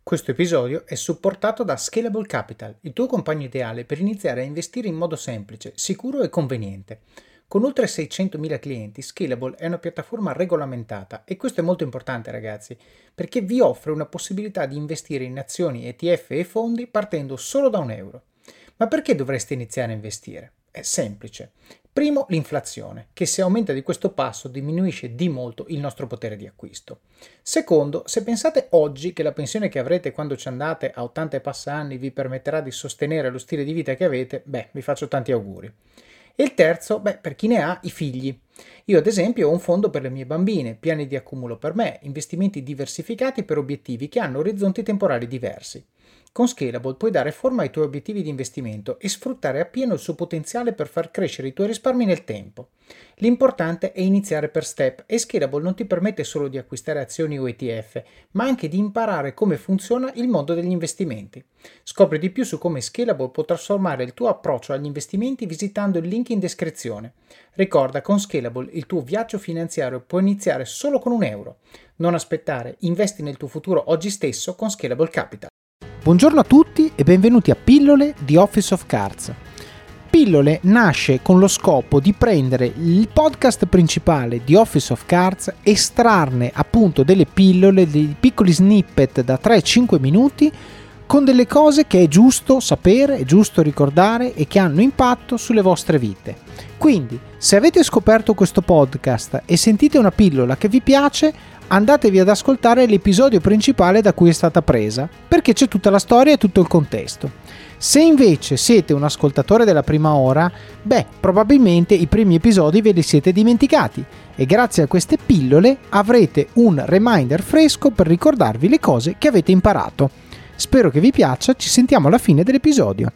Questo episodio è supportato da Scalable Capital, il tuo compagno ideale per iniziare a investire in modo semplice, sicuro e conveniente. Con oltre 600.000 clienti, Scalable è una piattaforma regolamentata e questo è molto importante, ragazzi, perché vi offre una possibilità di investire in azioni, ETF e fondi partendo solo da €1. Ma perché dovreste iniziare a investire? È semplice. Primo, l'inflazione, che se aumenta di questo passo diminuisce di molto il nostro potere di acquisto. Secondo, se pensate oggi che la pensione che avrete quando ci andate a 80 e passa anni vi permetterà di sostenere lo stile di vita che avete, vi faccio tanti auguri. E il terzo, per chi ne ha, i figli. Io ad esempio ho un fondo per le mie bambine, piani di accumulo per me, investimenti diversificati per obiettivi che hanno orizzonti temporali diversi. Con Scalable puoi dare forma ai tuoi obiettivi di investimento e sfruttare appieno il suo potenziale per far crescere i tuoi risparmi nel tempo. L'importante è iniziare per step e Scalable non ti permette solo di acquistare azioni o ETF, ma anche di imparare come funziona il mondo degli investimenti. Scopri di più su come Scalable può trasformare il tuo approccio agli investimenti visitando il link in descrizione. Ricorda, con Scalable il tuo viaggio finanziario può iniziare solo con €1. Non aspettare, investi nel tuo futuro oggi stesso con Scalable Capital. Buongiorno a tutti e benvenuti a Pillole di Office of Cards. Pillole nasce con lo scopo di prendere il podcast principale di Office of Cards, estrarne appunto delle pillole, dei piccoli snippet da 3-5 minuti con delle cose che è giusto sapere, è giusto ricordare e che hanno impatto sulle vostre vite. Quindi, se avete scoperto questo podcast e sentite una pillola che vi piace, andatevi ad ascoltare l'episodio principale da cui è stata presa, perché c'è tutta la storia e tutto il contesto. Se invece siete un ascoltatore della prima ora, probabilmente i primi episodi ve li siete dimenticati e grazie a queste pillole avrete un reminder fresco per ricordarvi le cose che avete imparato. Spero che vi piaccia, ci sentiamo alla fine dell'episodio.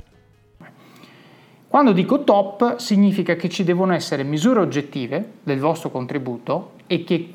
Quando dico top significa che ci devono essere misure oggettive del vostro contributo e che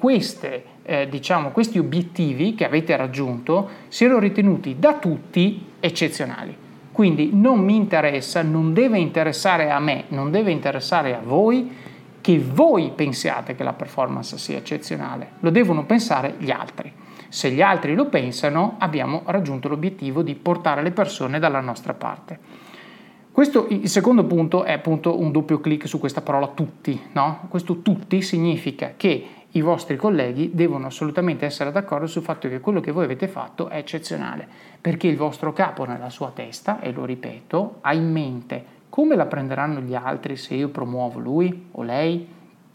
questi obiettivi che avete raggiunto siano ritenuti da tutti eccezionali. Quindi non mi interessa, non deve interessare a me, non deve interessare a voi che voi pensiate che la performance sia eccezionale, lo devono pensare gli altri. Se gli altri lo pensano, abbiamo raggiunto l'obiettivo di portare le persone dalla nostra parte. Il secondo punto è appunto un doppio clic su questa parola tutti, no? Questo tutti significa che i vostri colleghi devono assolutamente essere d'accordo sul fatto che quello che voi avete fatto è eccezionale, perché il vostro capo nella sua testa, e lo ripeto, ha in mente come la prenderanno gli altri se io promuovo lui o lei.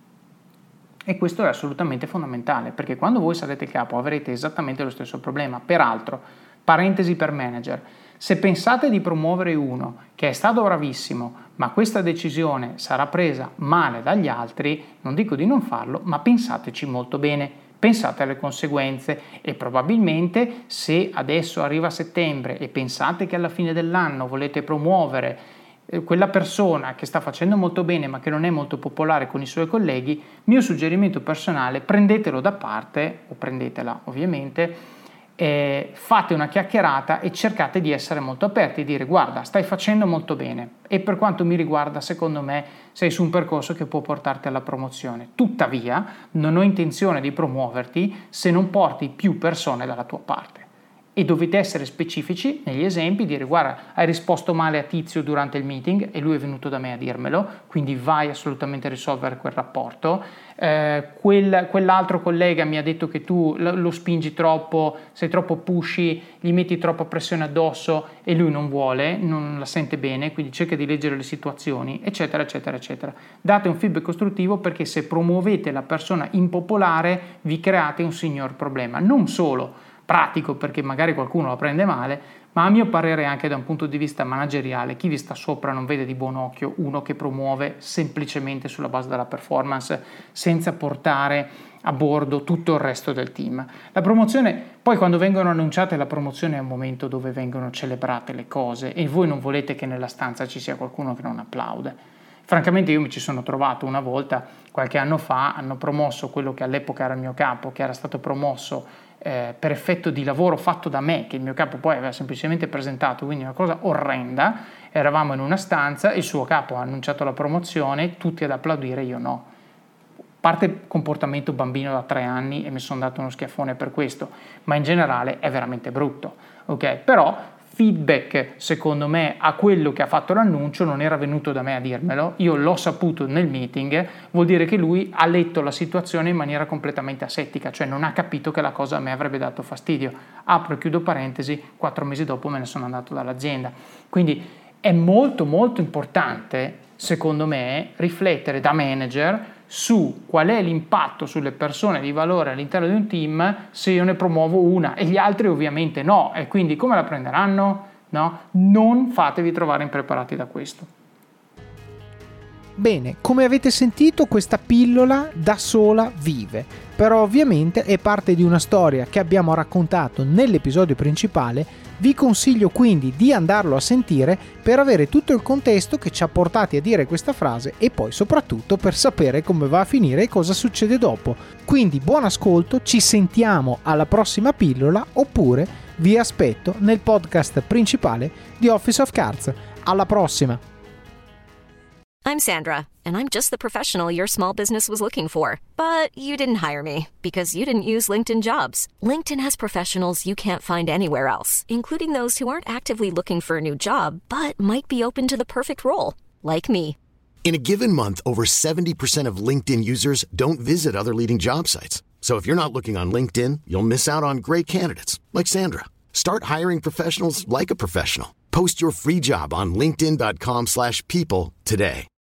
E questo è assolutamente fondamentale, perché quando voi sarete capo avrete esattamente lo stesso problema. Peraltro, parentesi per manager, se pensate di promuovere uno che è stato bravissimo, ma questa decisione sarà presa male dagli altri, non dico di non farlo, ma pensateci molto bene, pensate alle conseguenze e probabilmente se adesso arriva settembre e pensate che alla fine dell'anno volete promuovere quella persona che sta facendo molto bene ma che non è molto popolare con i suoi colleghi, mio suggerimento personale, prendetelo da parte, o prendetela ovviamente, fate una chiacchierata e cercate di essere molto aperti e dire: guarda, stai facendo molto bene e per quanto mi riguarda secondo me sei su un percorso che può portarti alla promozione, tuttavia non ho intenzione di promuoverti se non porti più persone dalla tua parte. E dovete essere specifici negli esempi, dire: guarda, hai risposto male a Tizio durante il meeting e lui è venuto da me a dirmelo, quindi vai assolutamente a risolvere quel rapporto. Quell'altro collega mi ha detto che tu lo spingi troppo, sei troppo pushy, gli metti troppa pressione addosso e lui non vuole, non la sente bene, quindi cerca di leggere le situazioni, eccetera, eccetera, eccetera. Date un feedback costruttivo, perché se promuovete la persona impopolare vi create un signor problema, non solo pratico perché magari qualcuno la prende male, ma a mio parere anche da un punto di vista manageriale chi vi sta sopra non vede di buon occhio uno che promuove semplicemente sulla base della performance senza portare a bordo tutto il resto del team. La promozione, poi quando vengono annunciate, la promozione è un momento dove vengono celebrate le cose e voi non volete che nella stanza ci sia qualcuno che non applaude. Francamente io mi ci sono trovato una volta, qualche anno fa, hanno promosso quello che all'epoca era il mio capo, che era stato promosso per effetto di lavoro fatto da me, che il mio capo poi aveva semplicemente presentato, quindi una cosa orrenda. Eravamo in una stanza, il suo capo ha annunciato la promozione, tutti ad applaudire, io no. parte comportamento bambino da 3 anni e mi sono dato uno schiaffone per questo, ma in generale è veramente brutto, ok? Però feedback, secondo me, a quello che ha fatto l'annuncio non era venuto da me a dirmelo, io l'ho saputo nel meeting, vuol dire che lui ha letto la situazione in maniera completamente asettica, cioè non ha capito che la cosa a me avrebbe dato fastidio. Apro e chiudo parentesi, 4 mesi dopo me ne sono andato dall'azienda. Quindi è molto molto importante, secondo me, riflettere da manager su qual è l'impatto sulle persone di valore all'interno di un team se io ne promuovo una e gli altri ovviamente no, e quindi come la prenderanno? No? Non fatevi trovare impreparati da questo. Bene, come avete sentito, questa pillola da sola vive, però ovviamente è parte di una storia che abbiamo raccontato nell'episodio principale. Vi consiglio quindi di andarlo a sentire per avere tutto il contesto che ci ha portati a dire questa frase e poi soprattutto per sapere come va a finire e cosa succede dopo. Quindi buon ascolto, ci sentiamo alla prossima pillola oppure vi aspetto nel podcast principale di Office of Cards. Alla prossima! I'm Sandra, and I'm just the professional your small business was looking for. But you didn't hire me because you didn't use LinkedIn Jobs. LinkedIn has professionals you can't find anywhere else, including those who aren't actively looking for a new job, but might be open to the perfect role, like me. In a given month, over 70% of LinkedIn users don't visit other leading job sites. So if you're not looking on LinkedIn, you'll miss out on great candidates, like Sandra. Start hiring professionals like a professional. Post your free job on linkedin.com/people today.